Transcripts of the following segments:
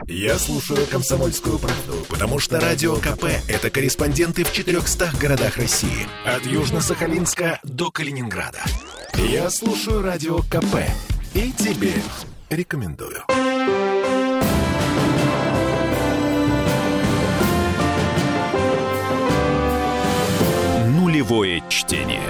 Я слушаю «Комсомольскую правду», потому что Радио КП – это корреспонденты в 400 городах России. От Южно-Сахалинска до Калининграда. Я слушаю Радио КП и тебе рекомендую. Нулевое чтение.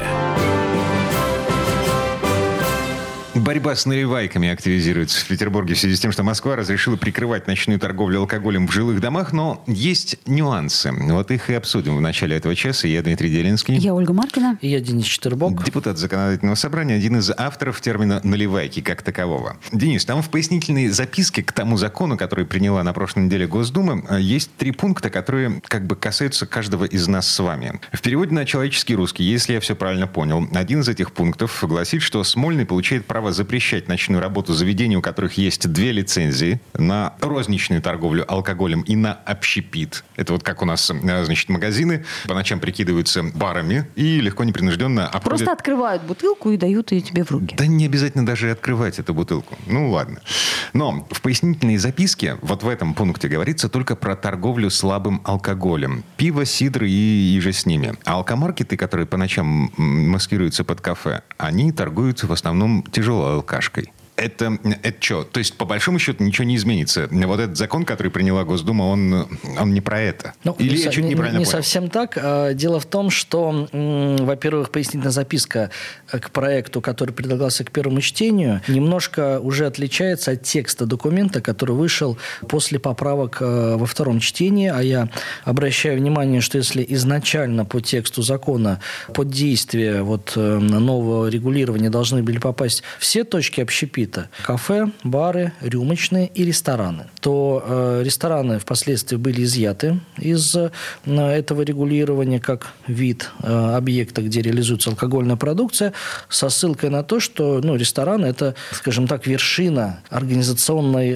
Борьба с наливайками активизируется в Петербурге в связи с тем, что Москва разрешила прикрывать ночную торговлю алкоголем в жилых домах, но есть нюансы. Вот их и обсудим в начале этого часа. Я Дмитрий Делинский. Я Ольга Маркина. И я Денис Четербок. Депутат Законодательного собрания, один из авторов термина «наливайки» как такового. Денис, там в пояснительной записке к тому закону, который приняла на прошлой неделе Госдума, есть 3 пункта, которые как бы касаются каждого из нас с вами. В переводе на человеческий русский, если я все правильно понял, один из этих пунктов гласит, что Смольный получает право запрещать ночную работу заведений, у которых есть 2 лицензии на розничную торговлю алкоголем и на общепит. Это вот как у нас, значит, магазины по ночам прикидываются барами и легко непринужденно обходят... Просто открывают бутылку и дают ее тебе в руки. Да не обязательно даже открывать эту бутылку. Ну ладно. Но в пояснительной записке вот в этом пункте говорится только про торговлю слабым алкоголем. Пиво, сидр и же с ними. А алкомаркеты, которые по ночам маскируются под кафе, они торгуют в основном тяжелой алкашкой. Это что? То есть, по большому счету, ничего не изменится. Вот этот закон, который приняла Госдума, он не про это. Ну, или я чуть неправильно понял? Не совсем так. Дело в том, что, во-первых, пояснительная записка к проекту, который предлагался к первому чтению, немножко уже отличается от текста документа, который вышел после поправок во втором чтении. А я обращаю внимание, что если изначально по тексту закона под действие нового регулирования должны были попасть все точки общепита, кафе, бары, рюмочные и рестораны, то рестораны впоследствии были изъяты из этого регулирования как вид объекта, где реализуется алкогольная продукция, со ссылкой на то, что ресторан – это, скажем так, вершина организационной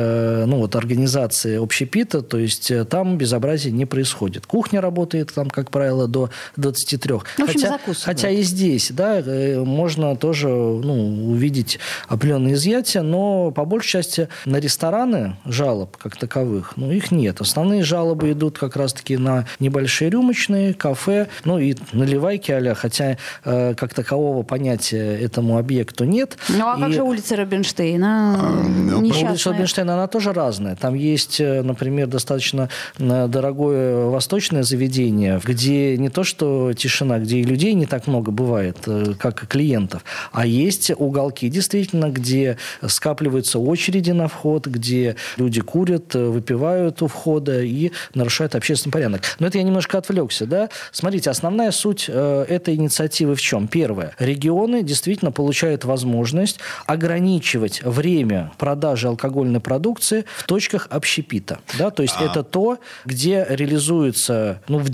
организации общепита, то есть там безобразие не происходит. Кухня работает там, как правило, до 23. Хотя и здесь, можно тоже увидеть определенные изъятия, но по большей части на рестораны жалоб как таковых, их нет. Основные жалобы идут как раз-таки на небольшие рюмочные, кафе, и наливайки а-ля, хотя как такового понятия этому объекту нет. Как же улица Рубинштейна? Улица Рубинштейна, она тоже разная. Там есть, например, достаточно дорогое восточное заведение, где не то что тишина, где и людей не так много бывает, как и клиентов, а есть уголки, действительно, где скапливаются очереди на вход, где люди курят, выпивают у входа и нарушают общественный порядок. Но это я немножко отвлекся, Смотрите, основная суть этой инициативы в чем? Первое. Регионы действительно получают возможность ограничивать время продажи алкогольной продукции в точках общепита. То есть это то, где реализуется в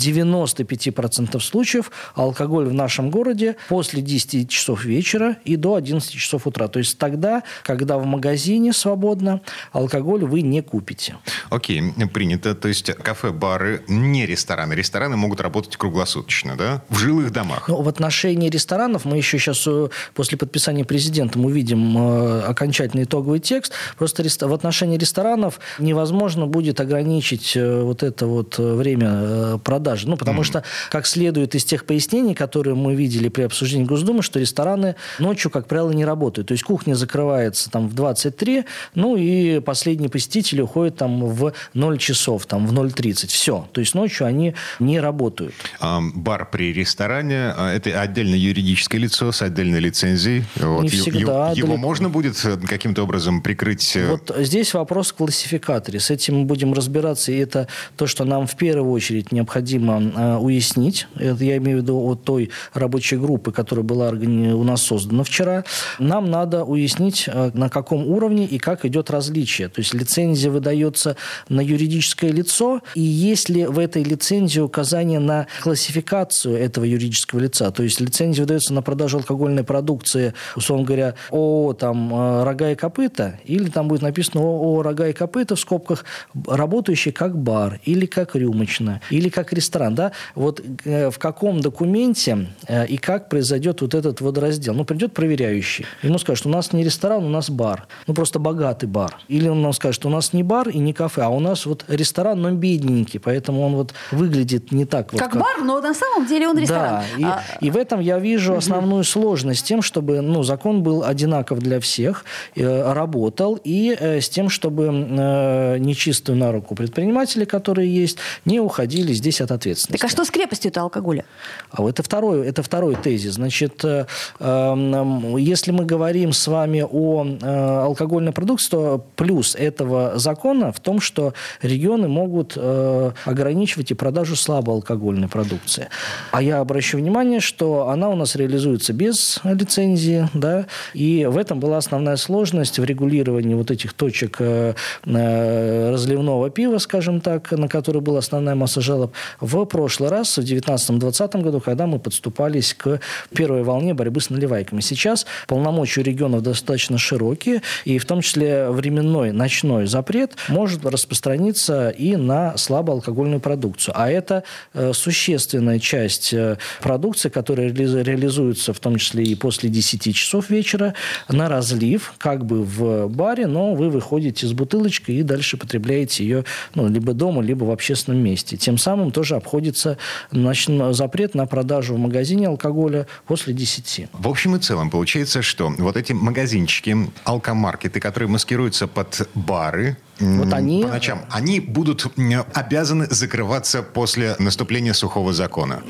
95% случаев алкоголь в нашем городе после 10 часов вечера и до 11 часов утра. То есть тогда, когда в магазине свободно, алкоголь вы не купите. Окей, принято. То есть кафе, бары, не рестораны. Рестораны могут работать круглосуточно, да? В жилых домах. В отношении ресторанов мы еще сейчас после подписания президентом увидим окончательный итоговый текст. Просто в отношении ресторанов невозможно будет ограничить это время продажи. Потому что, как следует из тех пояснений, которые мы видели при обсуждении Госдумы, что рестораны ночью, как правило, не работают. То есть кухня закрывается в 23, и последние посетители уходят в 0 часов, в 0:30. Все. То есть ночью они не работают. Бар при ресторане – это отдельное юридическое лицо с отдельной лицензией. Не всегда. Его можно будет каким-то образом прикрыть? Здесь вопрос в классификаторе. С этим мы будем разбираться, и это то, что нам в первую очередь необходимо уяснить. Это я имею в виду от той рабочей группы, которая была у нас создана вчера. Нам надо уяснить, на каком уровне и как идет различие. То есть лицензия выдается на юридическое лицо, и есть ли в этой лицензии указание на классификацию этого юридического лица. То есть лицензия выдается на продажу алкогольной продукции, условно говоря, ООО «Рога и копыта», или там будет написано ООО «Рога и копыта» в скобках, работающий как бар, или как рюмочная, или как ресторан. В каком документе и как произойдет этот водораздел? Придет проверяющий. Ему скажут, что у нас не ресторан, у нас бар. Ну, просто богатый бар. Или он нам скажет, что у нас не бар и не кафе, а у нас вот ресторан, но бедненький, поэтому он вот выглядит не так. Как бар, но на самом деле он ресторан. Да, и в этом я вижу основную сложность с тем, чтобы закон был одинаков для всех, работал, и с тем, чтобы нечистую на руку предприниматели, которые есть, не уходили здесь от ответственности. Так а что с крепостью-то алкоголя? А это второй тезис. Значит, если мы говорим с вами о алкогольной продукции, то плюс этого закона в том, что регионы могут ограничивать и продажу слабоалкогольной продукции. А я обращу внимание, что она у нас реализуется без лицензии, да, и в этом была основная сложность в регулировании вот этих точек разливного пива, скажем так, на которые была основная масса жалоб, в прошлый раз, в 2019-2020 году, когда мы подступались к первой волне борьбы с наливайками. Сейчас полномочия регионов достаточно широкие, и в том числе временной ночной запрет может распространиться и на слабоалкогольную продукцию. А это существенная часть продукции, которая реализуется в том числе и после 10 часов вечера на разлив, как бы в баре, но вы выходите с бутылочкой и дальше потребляете ее либо дома, либо в общественном месте. Тем самым тоже обходится запрет на продажу в магазине алкоголя после 10. В общем и целом получается, что вот эти магазинчики, алкомаркеты, которые маскируются под бары, вот они... по ночам, они будут обязаны закрываться после наступления сухого закона.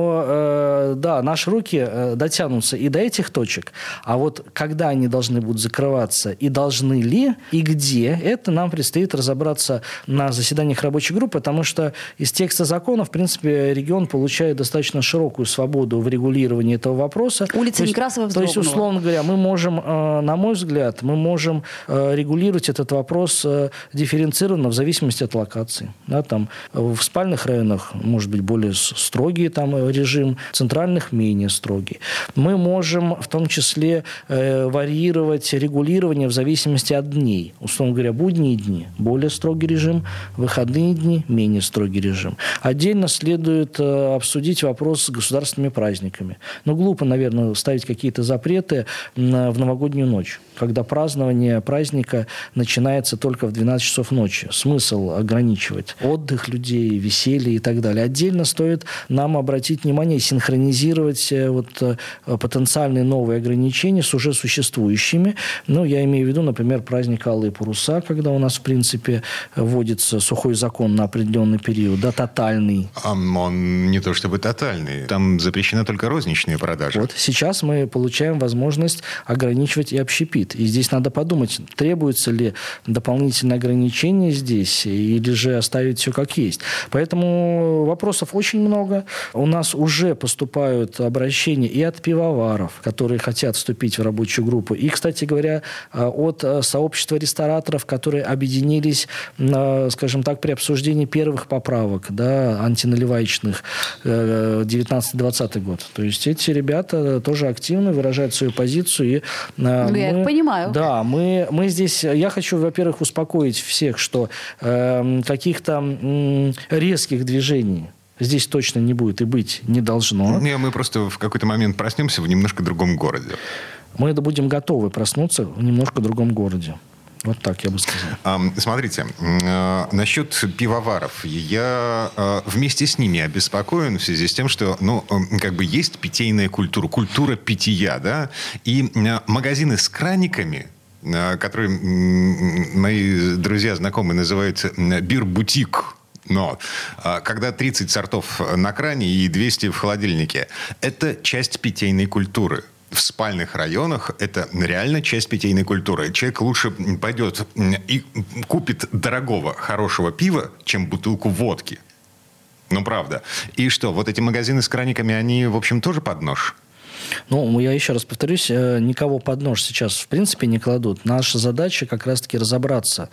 Но, да, наши руки дотянутся и до этих точек. А вот когда они должны будут закрываться, и должны ли, и где, это нам предстоит разобраться на заседаниях рабочей группы, потому что из текста закона, в принципе, регион получает достаточно широкую свободу в регулировании этого вопроса. Улица Некрасова вздрогнула. То есть, условно говоря, мы можем, на мой взгляд, регулировать этот вопрос дифференцированно в зависимости от локации. Да, там, в спальных районах может быть более строгий режим, в центральных менее строгий. Мы можем в том числе варьировать регулирование в зависимости от дней. Условно говоря, будние дни – более строгий режим, выходные дни – менее строгий режим. Отдельно следует обсудить вопрос с государственными праздниками. Но глупо, наверное, ставить какие-то запреты в новогоднюю ночь, когда празднование праздника начинается только в 12 часов ночи. Смысл ограничивать отдых людей, веселье и так далее. Отдельно стоит нам обратить внимание и синхронизировать потенциальные новые ограничения с уже существующими. Я имею в виду, например, праздник Алые паруса, когда у нас, в принципе, вводится сухой закон на определенный период, да, тотальный. Он не то чтобы тотальный. Там запрещена только розничные продажи. Вот сейчас мы получаем возможность ограничивать и общепит. И здесь надо подумать, требуется ли дополнительное ограничение здесь или же оставить все как есть. Поэтому вопросов очень много. У нас уже поступают обращения и от пивоваров, которые хотят вступить в рабочую группу. И, кстати говоря, от сообщества рестораторов, которые объединились, скажем так, при обсуждении первых поправок, да, антиналиваечных 19-20 год. То есть эти ребята тоже активно выражают свою позицию. И, я их понимаю. Да, мы здесь... Я хочу, во-первых, успокоить всех, что каких-то резких движений здесь точно не будет и быть не должно. Мы просто в какой-то момент проснемся в немножко другом городе. Мы будем готовы проснуться в немножко другом городе. Вот так я бы сказал. Смотрите, насчет пивоваров. Я вместе с ними обеспокоен в связи с тем, что есть питейная культура, культура питья, да, и магазины с краниками, которые мои друзья, знакомые называют бир-бутик. Но когда 30 сортов на кране и 200 в холодильнике, это часть питейной культуры. В спальных районах это реально часть питейной культуры. Человек лучше пойдет и купит дорогого, хорошего пива, чем бутылку водки. Правда. И что, вот эти магазины с краниками, они, в общем, тоже под нож? Я еще раз повторюсь, никого под нож сейчас в принципе не кладут. Наша задача как раз-таки разобраться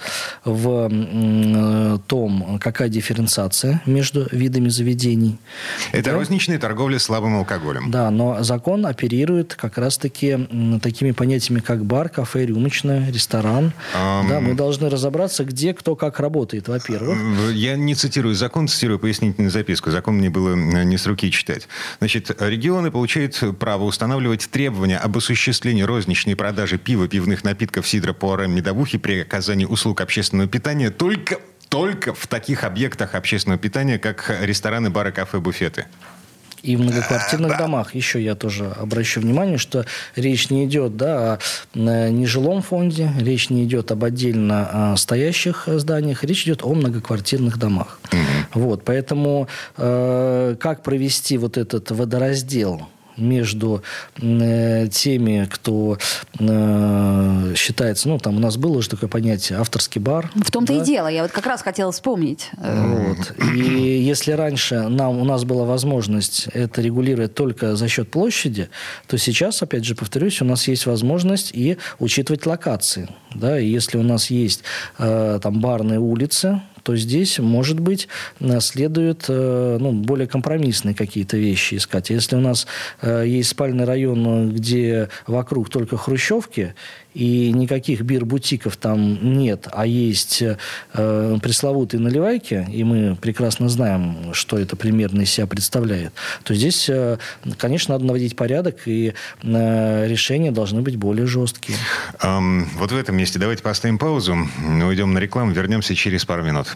в том, какая дифференциация между видами заведений. Это розничная торговля слабым алкоголем. Да, но закон оперирует как раз-таки такими понятиями, как бар, кафе, рюмочная, ресторан. Да, мы должны разобраться, где кто как работает, во-первых. Я не цитирую закон, цитирую пояснительную записку. Закон мне было не с руки читать. Значит, регионы получают право право устанавливать требования об осуществлении розничной продажи пива, пивных напитков, сидра, пуаре, медовухи при оказании услуг общественного питания только в таких объектах общественного питания, как рестораны, бары, кафе, буфеты. И в многоквартирных домах. Еще я тоже обращу внимание, что речь не идет о нежилом фонде, речь не идет об отдельно стоящих зданиях, речь идет о многоквартирных домах. Вот, поэтому как провести вот этот водораздел между теми, кто считается... там у нас было уже такое понятие авторский бар. В том-то и дело. Я вот как раз хотела вспомнить. Вот. И если раньше у нас была возможность это регулировать только за счет площади, то сейчас, опять же, повторюсь, у нас есть возможность и учитывать локации. Да? И если у нас есть там барные улицы, то здесь, может быть, следует более компромиссные какие-то вещи искать. Если у нас есть спальный район, где вокруг только хрущевки, и никаких бир-бутиков там нет, а есть пресловутые наливайки, и мы прекрасно знаем, что это примерно из себя представляет, то здесь, конечно, надо наводить порядок, и решения должны быть более жесткие. Вот в этом месте давайте поставим паузу, уйдем на рекламу, вернемся через пару минут.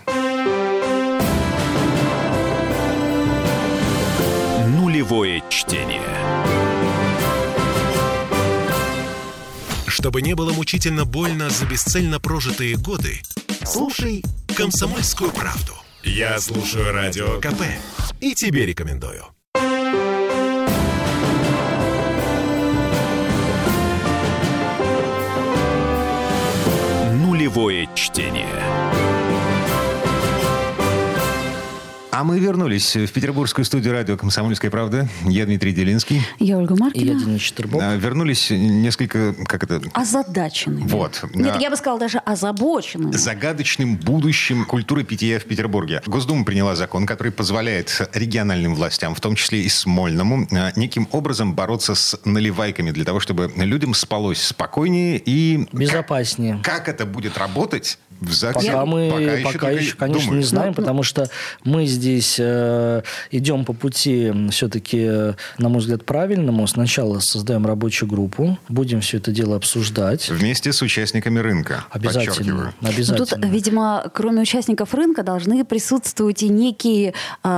Нулевое чтение. Чтобы не было мучительно больно за бесцельно прожитые годы, слушай «Комсомольскую правду». Я слушаю Радио КП и тебе рекомендую. Нулевое чтение. А мы вернулись в петербургскую студию радио «Комсомольская правда». Я Дмитрий Делинский. Я Ольга Маркина. И я Денис Четербок. Вернулись несколько, озадаченными. Вот. Нет, я бы сказала даже озабоченными. Загадочным будущим культуры питья в Петербурге. Госдума приняла закон, который позволяет региональным властям, в том числе и Смольному, неким образом бороться с наливайками, для того, чтобы людям спалось спокойнее и... безопаснее. Как это будет работать? Пока еще, конечно, думаю. Не знаем, потому что мы здесь идем по пути все-таки, на мой взгляд, правильному. Сначала создаем рабочую группу, будем все это дело обсуждать. Вместе с участниками рынка. Обязательно. Тут, видимо, кроме участников рынка должны присутствовать и некие,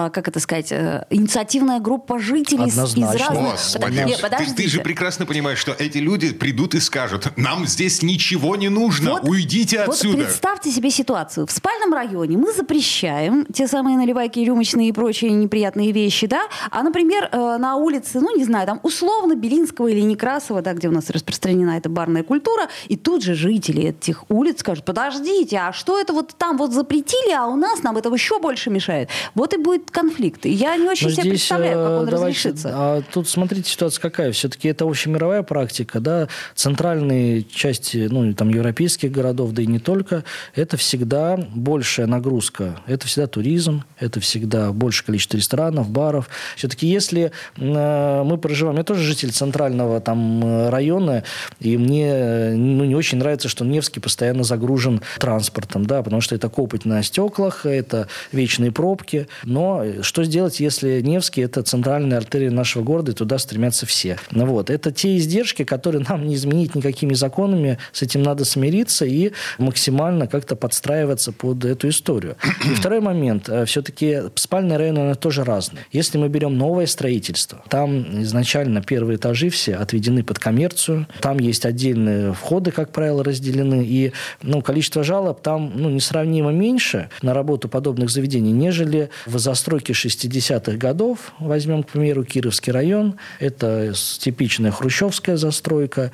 инициативная группа жителей из разных... Господи, ты же прекрасно понимаешь, что эти люди придут и скажут: нам здесь ничего не нужно, уйдите отсюда. Представьте себе ситуацию. В спальном районе мы запрещаем те самые наливайки, рюмочные и прочие неприятные вещи, да? А, например, на улице, условно Белинского или Некрасова, да, где у нас распространена эта барная культура, и тут же жители этих улиц скажут: подождите, а что это там запретили, а у нас нам это еще больше мешает? Вот и будет конфликт. И я не очень себе представляю, как он разрешится. А тут, смотрите, ситуация какая. Все-таки это общемировая практика, да? Центральные части, европейских городов, да и не только, это всегда большая нагрузка. Это всегда туризм, это всегда большее количество ресторанов, баров. Все-таки если мы проживаем... Я тоже житель центрального района, и мне не очень нравится, что Невский постоянно загружен транспортом, да, потому что это копоть на стеклах, это вечные пробки. Но что сделать, если Невский – это центральная артерия нашего города, и туда стремятся все? Это те издержки, которые нам не изменить никакими законами, с этим надо смириться и максимально как-то подстраиваться под эту историю. И второй момент. Все-таки спальные районы, они тоже разные. Если мы берем новое строительство, там изначально первые этажи все отведены под коммерцию, там есть отдельные входы, как правило, разделены, и количество жалоб там несравнимо меньше на работу подобных заведений, нежели в застройке 60-х годов. Возьмем, к примеру, Кировский район. Это типичная хрущевская застройка.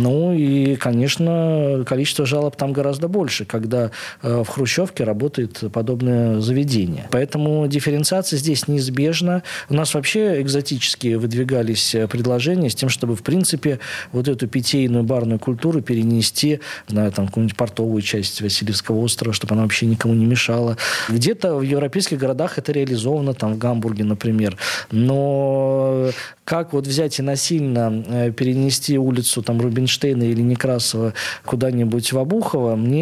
И, конечно, количество жалоб там гораздо больше, когда в хрущевке работает подобное заведение. Поэтому дифференциация здесь неизбежна. У нас вообще экзотически выдвигались предложения с тем, чтобы, в принципе, эту питейную барную культуру перенести на какую-нибудь портовую часть Васильевского острова, чтобы она вообще никому не мешала. Где-то в европейских городах это реализовано, в Гамбурге, например. Но как взять и насильно перенести улицу Рубинштейна или Некрасова куда-нибудь в Обухово, мне, честно говоря,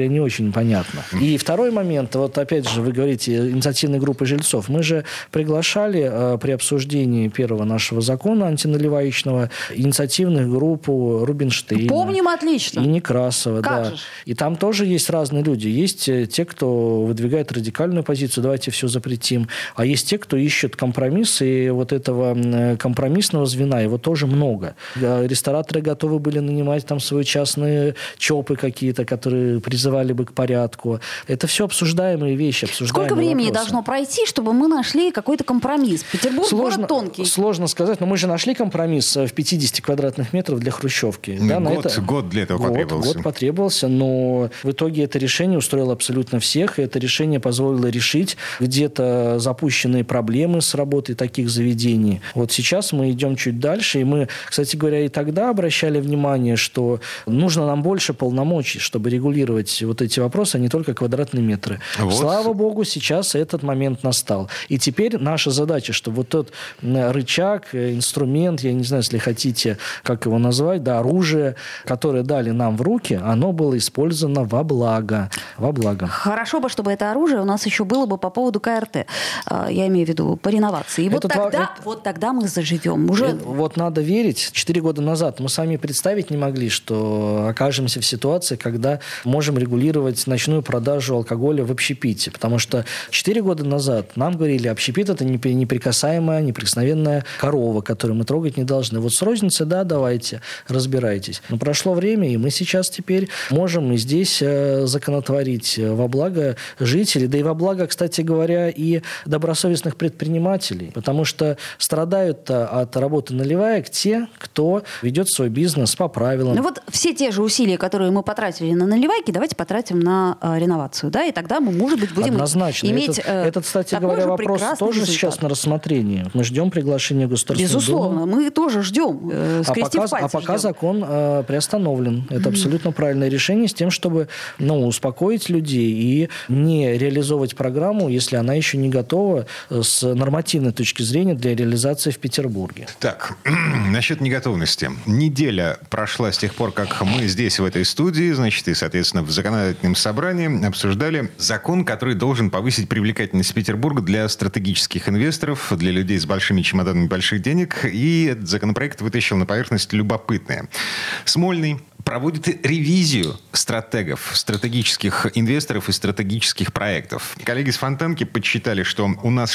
говоря, не очень понятно. И второй момент, вот опять же, вы говорите, инициативной группы жильцов. Мы же приглашали при обсуждении первого нашего закона антиналиваечного инициативных группу Рубинштейна. Помним отлично. И Некрасова, да. И там тоже есть разные люди. Есть те, кто выдвигает радикальную позицию, давайте все запретим. А есть те, кто ищет компромисс, и вот этого компромиссного звена, его тоже много. Рестораторы готовы были нанимать там свои частные ЧОПы какие-то, которые призывали бы к порядку. Это все обсуждаемые вещи, обсуждаемые Сколько времени вопросы. должно пройти, чтобы мы нашли какой-то компромисс? Петербург город тонкий. Сложно сказать, но мы же нашли компромисс в 50 квадратных метров для хрущевки. Да, год для этого потребовался. Год потребовался, но в итоге это решение устроило абсолютно всех, и это решение позволило решить где-то запущенные проблемы с работой таких заведений. Вот сейчас мы идем чуть дальше, и мы, кстати говоря, и тогда обращали внимание, что нужно нам больше полномочий, чтобы регулировать вот эти вопросы, а не только квадратные метры. Вот. Слава богу, сейчас этот момент настал. И теперь наша задача, чтобы вот тот рычаг, инструмент, я не знаю, если хотите, как его назвать, да, оружие, которое дали нам в руки, оно было использовано во благо. Во благо. Хорошо бы, чтобы это оружие у нас еще было бы по поводу КРТ. Я имею в виду по реновации. И вот тогда мы заживем. Вот надо верить. 4 года назад мы сами представить не могли, что окажемся в ситуации, когда можем регулировать ночную продажу алкоголя в общепите. Потому что 4 года назад нам говорили, общепит – это неприкасаемая, неприкосновенная корова, которую мы трогать не должны. Вот с розницей, да, давайте, разбирайтесь. Но прошло время, и мы сейчас теперь можем и здесь законотворить во благо жителей, да и во благо, кстати говоря, и добросовестных предпринимателей. Потому что страдают от работы наливаек те, кто ведет свой бизнес по правилам. Ну вот все те же усилия, которые мы потратили на наливайки, давайте потратим на реновацию, да, и тогда мы, может быть, будем иметь этот, кстати говоря, вопрос тоже результат. Сейчас на рассмотрении. Мы ждем приглашения Государственной Думы. Безусловно, мы тоже ждем, скрестив пальцы. А пока закон приостановлен. Это абсолютно правильное решение с тем, чтобы успокоить людей и не реализовывать программу, если она еще не готова с нормативной точки зрения для реализации в Петербурге. Так, насчет неготовности. Неделя прошла с тех пор, как мы здесь, в этой студии, значит, и, соответственно, в законодательном собрании обсуждали закон, который должен повысить привлекательность Петербурга для стратегических инвесторов, для людей с большими чемоданами больших денег. И этот законопроект вытащил на поверхность любопытное. Смольный проводит ревизию стратегов, стратегических инвесторов и стратегических проектов. Коллеги с Фонтанки подсчитали, что у нас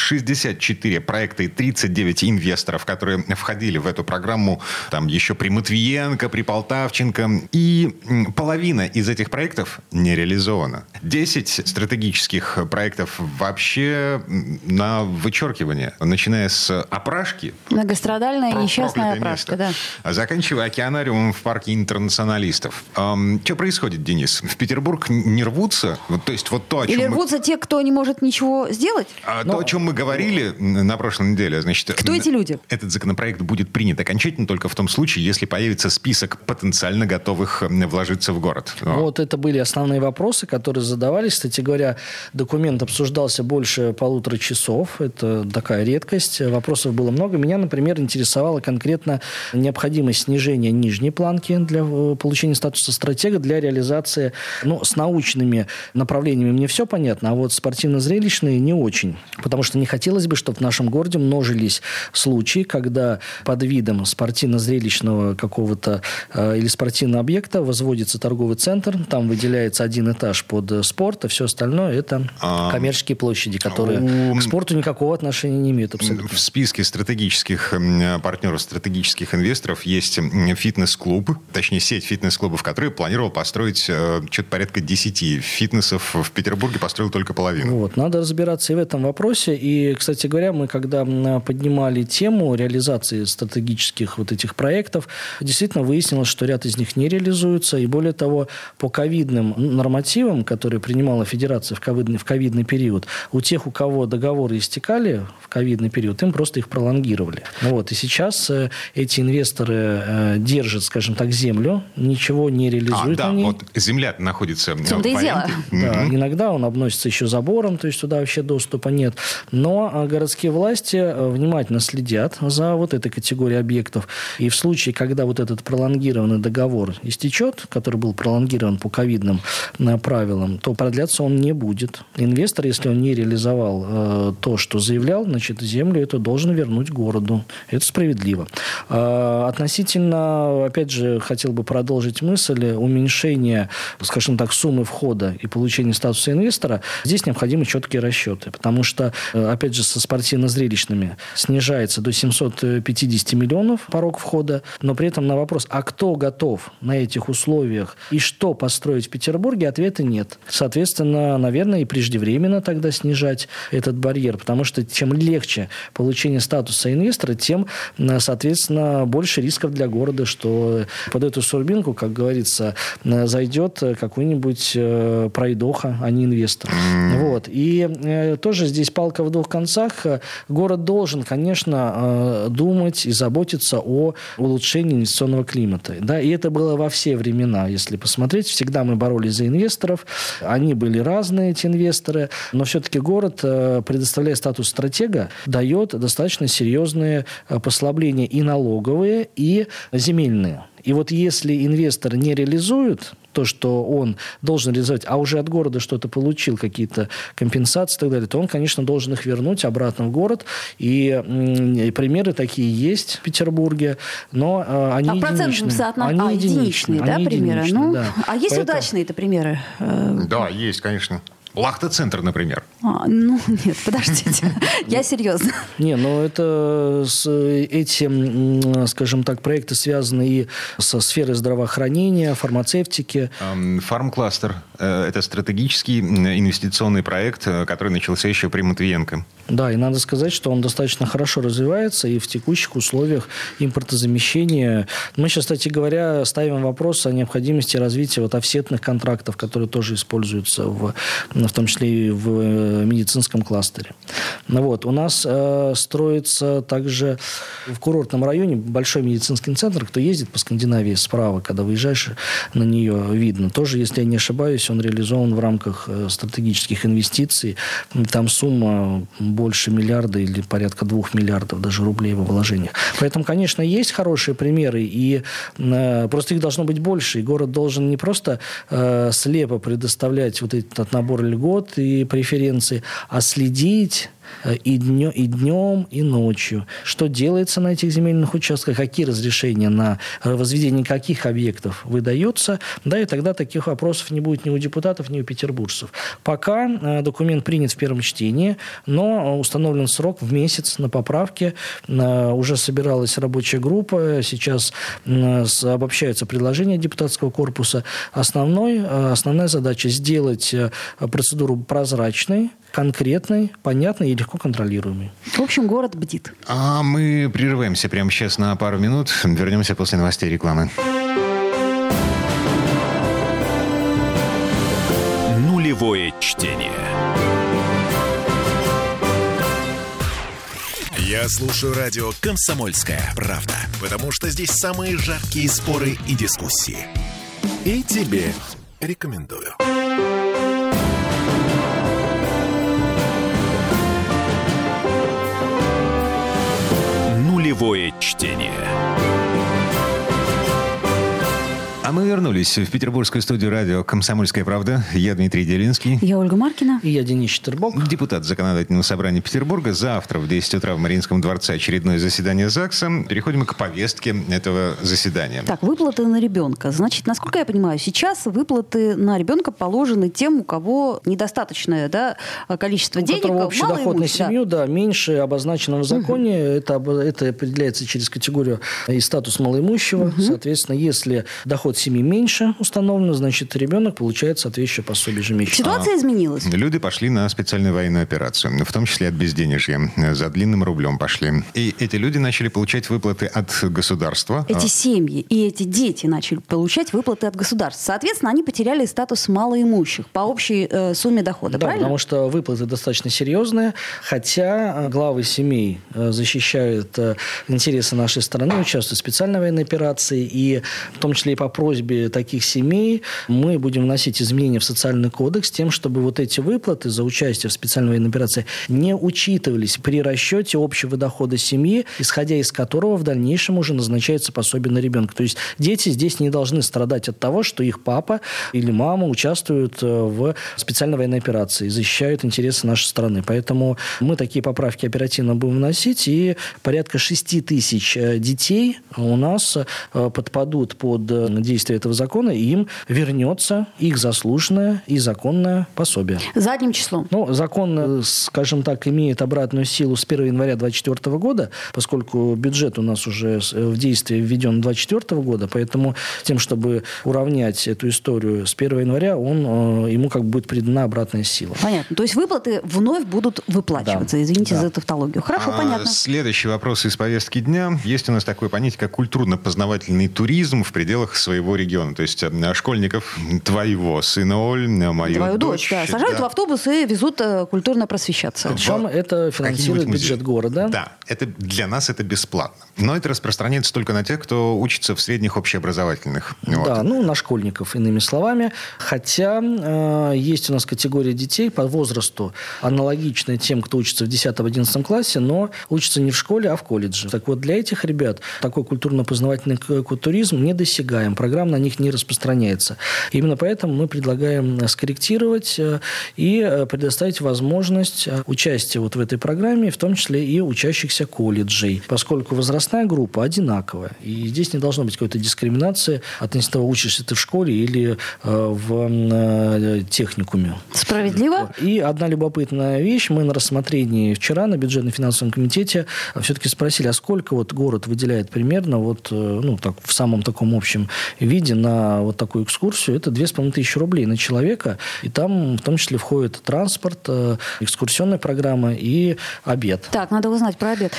64 проекта и 39 инвесторов, которые входили в эту программу, там еще при Матвиенко, при Полтавченко. И половина из этих проектов не реализована. 10 стратегических проектов вообще на вычеркивание. Начиная с опрашки. Многострадальная несчастная опрашка, да. Заканчивая океанариумом в парке интернационалистов. Что происходит, Денис? В Петербург не рвутся? То есть вот то, о чем Или рвутся те, кто не может ничего сделать? То, о чем мы говорили на прошлой неделе. Значит, кто эти люди? Этот законопроект будет принят окончательно только в том случае, если появится список потенциально готовых вложиться в город. Вот это были основные вопросы, которые задавались. Кстати говоря, документ обсуждался больше 1,5 часов. Это такая редкость. Вопросов было много. Меня, например, интересовала конкретно необходимость снижения нижней планки для получения статуса стратега для реализации, с научными направлениями мне все понятно, а вот спортивно-зрелищные не очень. Потому что не хотелось бы, чтобы в нашем городе множились случаи, когда под видом спортивно-зрелищного какого-то или спортивного объекта возводится торговый центр, там выделяется один этаж под спорт, а все остальное это коммерческие площади, которые к спорту никакого отношения не имеют абсолютно. В списке стратегических партнеров, стратегических инвесторов есть фитнес-клуб, точнее сеть фитнес-клубов, которые планировал построить что-то порядка 10 фитнесов. В Петербурге построил только половину. Вот, надо разбираться и в этом вопросе. И, кстати говоря, мы когда поднимали тему реализации стратегических вот этих проектов, действительно выяснилось, что ряд из них не реализуются. И более того, по ковидным нормативам, которые принимала Федерация в ковидный период, у тех, у кого договоры истекали в ковидный период, им просто их пролонгировали. Вот. И сейчас эти инвесторы держат, скажем так, землю, ничего не реализует на ней. Вот земля находится в том-то и дело. Да, иногда он обносится еще забором, то есть туда вообще доступа нет. Но городские власти внимательно следят за вот этой категорией объектов. И в случае, когда вот этот пролонгированный договор истечет, который был пролонгирован по ковидным правилам, то продляться он не будет. Инвестор, если он не реализовал то, что заявлял, значит, землю эту должен вернуть городу. Это справедливо. Относительно, опять же, хотел бы продолжить мысль, уменьшения, скажем так, суммы входа и получения статуса инвестора, здесь необходимы четкие расчеты, потому что, опять же, со спортивно-зрелищными снижается до 750 миллионов порог входа, но при этом на вопрос, а кто готов на этих условиях и что построить в Петербурге, ответа нет. Соответственно, наверное, и преждевременно тогда снижать этот барьер, потому что чем легче получение статуса инвестора, тем, соответственно, больше рисков для города, что под эту сурбинку, как говорится, зайдет какой-нибудь пройдоха, а не инвестор. Вот. И тоже здесь палка в двух концах. Город должен, конечно, думать и заботиться о улучшении инвестиционного климата. Да? И это было во все времена. Если посмотреть, всегда мы боролись за инвесторов. Они были разные, эти инвесторы. Но все-таки город, предоставляя статус стратега, дает достаточно серьезные послабления и налоговые, и земельные. И вот если инвестор не реализует то, что он должен реализовать, а уже от города что-то получил, какие-то компенсации и так далее, то он, конечно, должен их вернуть обратно в город. И примеры такие есть в Петербурге, но они единичные. Они единичные, да, примеры? Ну, да. А есть удачные-то примеры? Да, есть, конечно. Лахта-центр, например. Нет, подождите. Я серьезно. Это эти, скажем так, проекты связаны и со сферой здравоохранения, фармацевтики. Фармкластер – это стратегический инвестиционный проект, который начался еще при Матвиенко. Да, и надо сказать, что он достаточно хорошо развивается, и в текущих условиях импортозамещения. Мы сейчас, кстати говоря, ставим вопрос о необходимости развития офсетных контрактов, которые тоже используются в том числе и в медицинском кластере. У нас строится также в курортном районе большой медицинский центр. Кто ездит по Скандинавии справа, когда выезжаешь на нее, видно. Тоже, если я не ошибаюсь, он реализован в рамках стратегических инвестиций. Там сумма больше миллиарда или порядка 2 миллиардов даже рублей во вложениях. Поэтому, конечно, есть хорошие примеры, и просто их должно быть больше. И город должен не просто слепо предоставлять вот этот набор льгот и преференций, а следить и днем, и ночью. Что делается на этих земельных участках, какие разрешения на возведение каких объектов выдаются, да, и тогда таких вопросов не будет ни у депутатов, ни у петербуржцев. Пока документ принят в первом чтении, но установлен срок в месяц на поправки. Уже собиралась рабочая группа, сейчас обобщаются предложения депутатского корпуса. Основная задача сделать процедуру прозрачной, конкретной, понятной и легко контролируемой. В общем, город бдит. А мы прерываемся прямо сейчас на пару минут. Вернемся после новостей и рекламы. Нулевое чтение. Я слушаю радио «Комсомольская правда», потому что здесь самые жаркие споры и дискуссии. И тебе рекомендую. Нулевое чтение. А мы вернулись в петербургскую студию радио «Комсомольская правда». Я Дмитрий Делинский. Я Ольга Маркина. И я Денис Четербок. Депутат Законодательного собрания Петербурга. Завтра в 10 утра в Мариинском дворце очередное заседание ЗАГСа. Переходим к повестке этого заседания. Так, выплаты на ребенка. Значит, насколько я понимаю, сейчас выплаты на ребенка положены тем, у кого недостаточное, да, количество денег. У которого общий доход на семью, да, меньше обозначенного в законе. Это определяется через категорию и статус малоимущего. Соответственно, если доход семьи меньше установлено, значит, ребенок получает соответствующее пособие ежемесячно. Ситуация изменилась. Люди пошли на специальную военную операцию, в том числе от безденежья. За длинным рублем пошли. И эти люди начали получать выплаты от государства. Эти семьи и эти дети начали получать выплаты от государства. Соответственно, они потеряли статус малоимущих по общей сумме дохода, да, правильно? Потому что выплаты достаточно серьезные, хотя главы семей защищают интересы нашей страны, участвуют в специальной военной операции, и в том числе и по просьбе пособие таких семей мы будем вносить изменения в социальный кодекс с тем, чтобы вот эти выплаты за участие в специальной военной операции не учитывались при расчете общего дохода семьи, исходя из которого в дальнейшем уже назначается пособие на ребенка. То есть дети здесь не должны страдать от того, что их папа или мама участвуют в специальной военной операции и защищают интересы нашей страны. Поэтому мы такие поправки оперативно будем вносить, и порядка 6 тысяч детей у нас подпадут под действие этого закона, и им вернется их заслуженное и законное пособие. Задним числом? Ну, закон, скажем так, имеет обратную силу с 1 января 2024 года, поскольку бюджет у нас уже в действие введен 2024 года, поэтому тем, чтобы уравнять эту историю с 1 января, ему как бы будет придана обратная сила. Понятно. То есть выплаты вновь будут выплачиваться. Да. Извините за тавтологию. Хорошо, понятно. Следующий вопрос из повестки дня. Есть у нас такое понятие, как культурно-познавательный туризм в пределах своего региона. То есть школьников твоего сына Оль, мою твою дочь, да. Сажают в автобус и везут культурно просвещаться. Причем это финансирует бюджет города. Да, для нас это бесплатно. Но это распространяется только на тех, кто учится в средних общеобразовательных. Да, на школьников, иными словами. Хотя есть у нас категория детей по возрасту аналогичная тем, кто учится в 10-11 классе, но учится не в школе, а в колледже. Так вот, для этих ребят такой культурно-познавательный туризм недосягаем. Программа на них не распространяется. Именно поэтому мы предлагаем скорректировать и предоставить возможность участия вот в этой программе, в том числе и учащихся колледжей, поскольку возрастная группа одинаковая. И здесь не должно быть какой-то дискриминации относительно того, учишься ты в школе или в техникуме. Справедливо. И одна любопытная вещь. Мы на рассмотрении вчера на бюджетно-финансовом комитете все-таки спросили, а сколько вот город выделяет примерно в самом таком общем виде на вот такую экскурсию. Это 2500 рублей на человека. И там в том числе входит транспорт, экскурсионная программа и обед. Так, надо узнать про обед.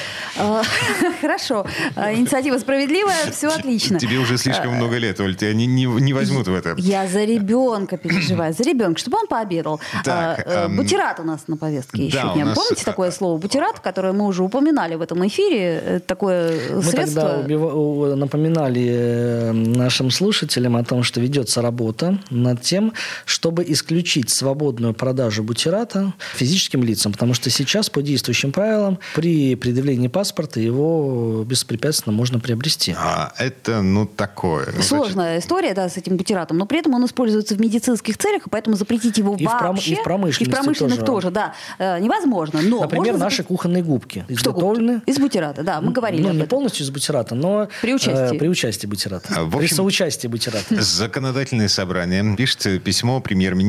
Хорошо. Инициатива справедливая, все отлично. Тебе уже слишком много лет, Оль, тебя не возьмут в это. Я за ребенка переживаю, за ребенка, чтобы он пообедал. Бутерат у нас на повестке еще. Помните такое слово бутерат, которое мы уже упоминали в этом эфире? Такое средство... Мы тогда напоминали нашим слушателям о том, что ведется работа над тем, чтобы исключить свободную продажу бутерата физическим лицам, потому что сейчас по действующим правилам при предъявлении паспорта его беспрепятственно можно приобрести. Это такое. Сложная история, с этим бутератом, но при этом он используется в медицинских целях, и поэтому запретить его вообще... И в промышленных тоже, да, невозможно. Но например, наши кухонные губки изготовлены... Из бутерата, да, мы говорили об этом. Не полностью из бутерата, но при участии бутерата. При соучастии бутерата. Законодательное собрание пишет письмо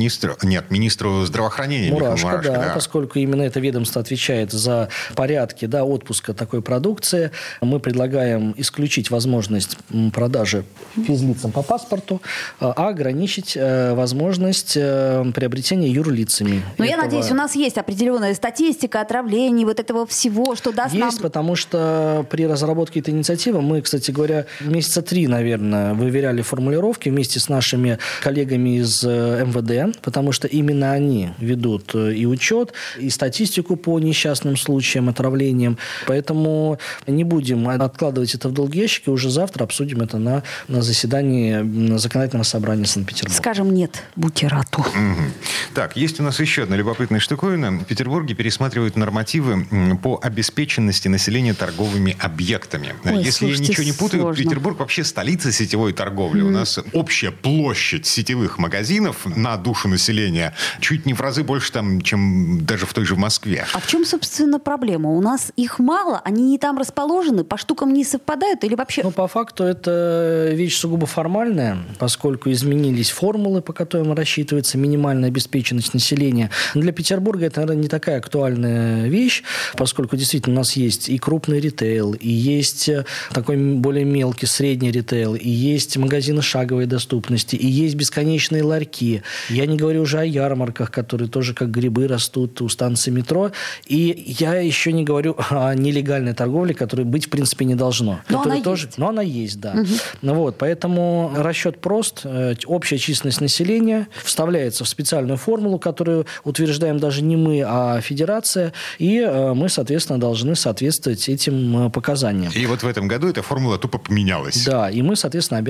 министру здравоохранения. Мурашко, да, поскольку именно это ведомство отвечает за порядки отпуска такой продукции. Мы предлагаем исключить возможность продажи физлицам по паспорту, а ограничить возможность приобретения юрлицами. Но я надеюсь, у нас есть определенная статистика отравлений, вот этого всего, что даст нам... Есть, потому что при разработке этой инициативы мы, кстати говоря, месяца 3, наверное, выверяли формулировки вместе с нашими коллегами из МВД, потому что именно они ведут и учет, и статистику по несчастным случаям, отравлениям. Поэтому не будем откладывать это в долгий ящик, и уже завтра обсудим это на заседании законодательного собрания Санкт-Петербурга. Скажем нет бутерату. Угу. Так, есть у нас еще одна любопытная штуковина. В Петербурге пересматривают нормативы по обеспеченности населения торговыми объектами. Если я ничего не путаю, Петербург вообще столица сетевой торговли. У нас общая площадь сетевых магазинов на душу населения чуть не в разы больше чем даже в той же Москве. А в чем, собственно, проблема? У нас их мало, они не там расположены, по штукам не совпадают или вообще... По факту это вещь сугубо формальная, поскольку изменились формулы, по которым рассчитывается минимальная обеспеченность населения. Но для Петербурга это, наверное, не такая актуальная вещь, поскольку действительно у нас есть и крупный ритейл, и есть такой более мелкий, средний ритейл, и есть магазины шаговой доступности, и есть бесконечные ларьки. Я не говорю уже о ярмарках, которые тоже как грибы растут у станции метро. И я еще не говорю о нелегальной торговле, которой быть в принципе не должно. Но она есть. Но она есть, да. Поэтому расчет прост. Общая численность населения вставляется в специальную формулу, которую утверждаем даже не мы, а Федерация. И мы, соответственно, должны соответствовать этим показаниям. И вот в этом году эта формула тупо поменялась. Да, и мы, соответственно, обязаны тоже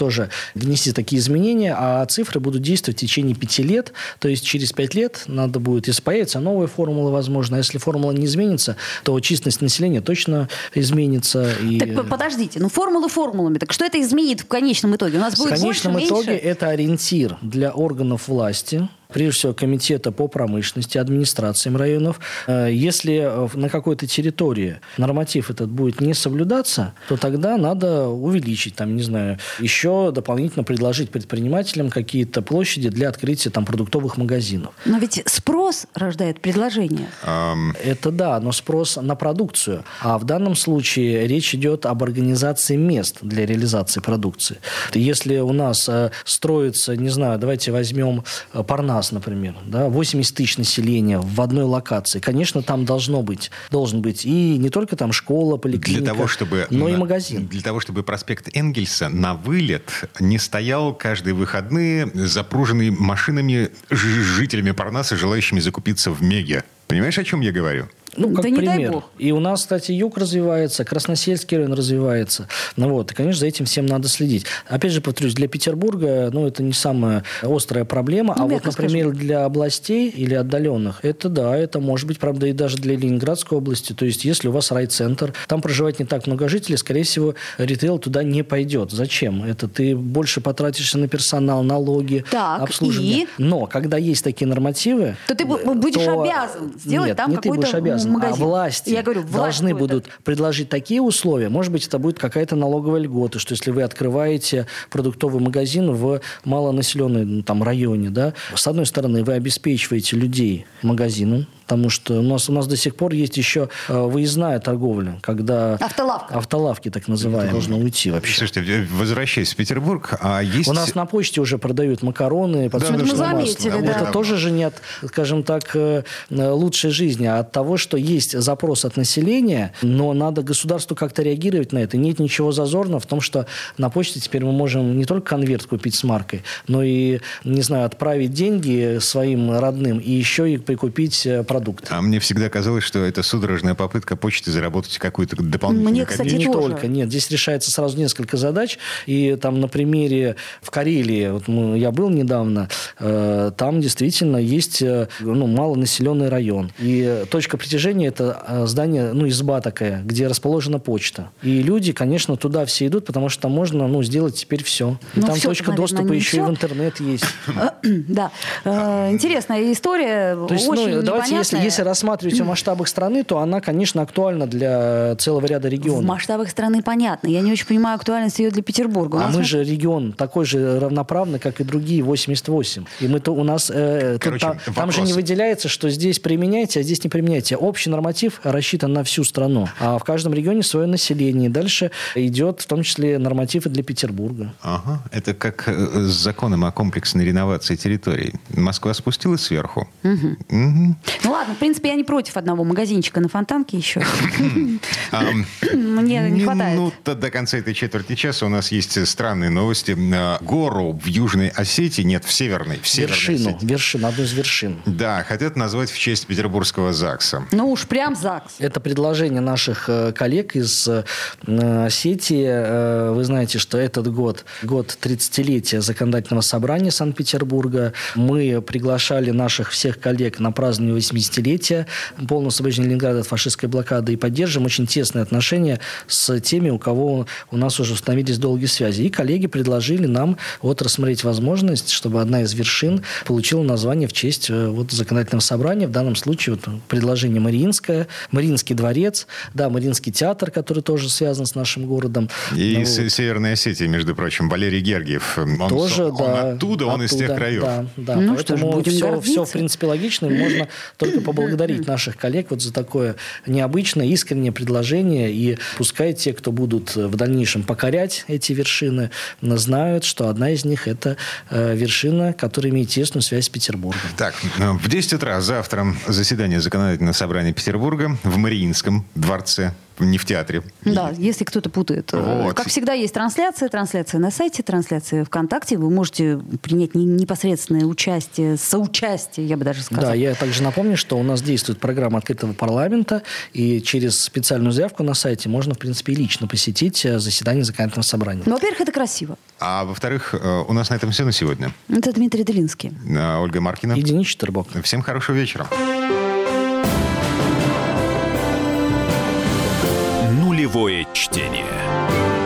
тоже внести такие изменения, а цифры будут действовать в течение 5 лет. То есть через 5 лет надо будет, если появится новая формула, возможно. А если формула не изменится, то численность населения точно изменится. Так подождите, формулы формулами. Так что это изменит в конечном итоге? У нас будет больше, меньше? В конечном итоге это ориентир для органов власти, прежде всего, комитета по промышленности, администрациям районов. Если на какой-то территории норматив этот будет не соблюдаться, то тогда надо увеличить, еще дополнительно предложить предпринимателям какие-то площади для открытия продуктовых магазинов. Но ведь спрос рождает предложение. Это да, но спрос на продукцию. А в данном случае речь идет об организации мест для реализации продукции. Если у нас строится, давайте возьмем Парнас, например, 80 тысяч населения в одной локации. Конечно, там должен быть и не только там школа, поликлиника, но и магазин. Для того, чтобы проспект Энгельса на вылет не стоял каждые выходные, запруженный машинами жителями Парнаса, желающими закупиться в Меге. Понимаешь, о чем я говорю? Как да пример. И у нас, кстати, юг развивается, Красносельский район развивается. И, конечно, за этим всем надо следить. Опять же, повторюсь, для Петербурга, это не самая острая проблема. Например, для областей или отдаленных, это может быть, правда, и даже для Ленинградской области. То есть, если у вас райцентр, там проживает не так много жителей, скорее всего, ритейл туда не пойдет. Зачем? Это ты больше потратишься на персонал, налоги, обслуживание. Но, когда есть такие нормативы... То ты будешь обязан сделать там какой-то... Нет, не ты будешь обязан. Магазин. А власти должны будут предложить такие условия. Может быть, это будет какая-то налоговая льгота, что если вы открываете продуктовый магазин в малонаселенном районе, с одной стороны, вы обеспечиваете людей магазином, потому что у нас до сих пор есть еще выездная торговля, когда... Автолавки, так называемые. Должно уйти вообще. Слушайте, возвращаясь в Петербург, у нас на почте уже продают макароны, подсолнечное масло. Это тоже же не от, скажем так, лучшей жизни, а от того, что есть запрос от населения, но надо государству как-то реагировать на это. Нет ничего зазорного в том, что на почте теперь мы можем не только конверт купить с маркой, но и, отправить деньги своим родным и еще и прикупить продукты. А мне всегда казалось, что это судорожная попытка почты заработать какую-то дополнительную комиссию. Мне, не только. Нет, здесь решается сразу несколько задач. И на примере в Карелии, я был недавно, там действительно есть малонаселенный район. И точка притяжения – это здание, изба такая, где расположена почта. И люди, конечно, туда все идут, потому что там можно сделать теперь все. И там точка доступа еще и в интернет есть. Да. Интересная история. То есть, давайте, если рассматривать в масштабах страны, то она, конечно, актуальна для целого ряда регионов. В масштабах страны понятно. Я не очень понимаю актуальность ее для Петербурга. Мы же регион такой же равноправный, как и другие 88. И у нас там же не выделяется, что здесь применяйте, а здесь не применяйте. Общий норматив рассчитан на всю страну. А в каждом регионе свое население. Дальше идет в том числе норматив и для Петербурга. Ага. Это как с законом о комплексной реновации территорий. Москва спустилась сверху. Ладно, в принципе, я не против одного магазинчика на Фонтанке еще. Мне не хватает. До конца этой четверти часа у нас есть странные новости. Гору в Южной Осетии, нет, в Северной Вершину, одну из вершин. Да, хотят назвать в честь Петербургского ЗАГСа. Уж прям ЗАГС. Это предложение наших коллег из Осетии. Вы знаете, что этот год 30-летия Законодательного собрания Санкт-Петербурга. Мы приглашали наших всех коллег на празднование 80-летия полного освобождения Ленинграда от фашистской блокады и поддерживаем очень тесные отношения с теми, у кого у нас уже установились долгие связи. И коллеги предложили нам рассмотреть возможность, чтобы одна из вершин получила название в честь Законодательного собрания. В данном случае предложение Мариинское, Мариинский дворец, Мариинский театр, который тоже связан с нашим городом. И Северная Осетия, между прочим, Валерий Гергиев. Он из тех краев. Да. Поэтому все, в принципе, логично. Можно только поблагодарить наших коллег за такое необычное, искреннее предложение. И пускай те, кто будут в дальнейшем покорять эти вершины, знают, что одна из них – это вершина, которая имеет тесную связь с Петербургом. Так, в 10 утра завтра заседание Законодательного собрания Петербурга в Мариинском дворце. не в театре. Да, если кто-то путает. Вот. Как всегда, есть трансляция на сайте, трансляция ВКонтакте. Вы можете принять непосредственное участие, соучастие, я бы даже сказала. Да, я также напомню, что у нас действует программа открытого парламента, и через специальную заявку на сайте можно, в принципе, и лично посетить заседание законодательного собрания. Ну, во-первых, это красиво. А во-вторых, у нас на этом все на сегодня. Это Дмитрий Делинский. Ольга Маркина. И Денис Четербок. Всем хорошего вечера. Нулевое чтение.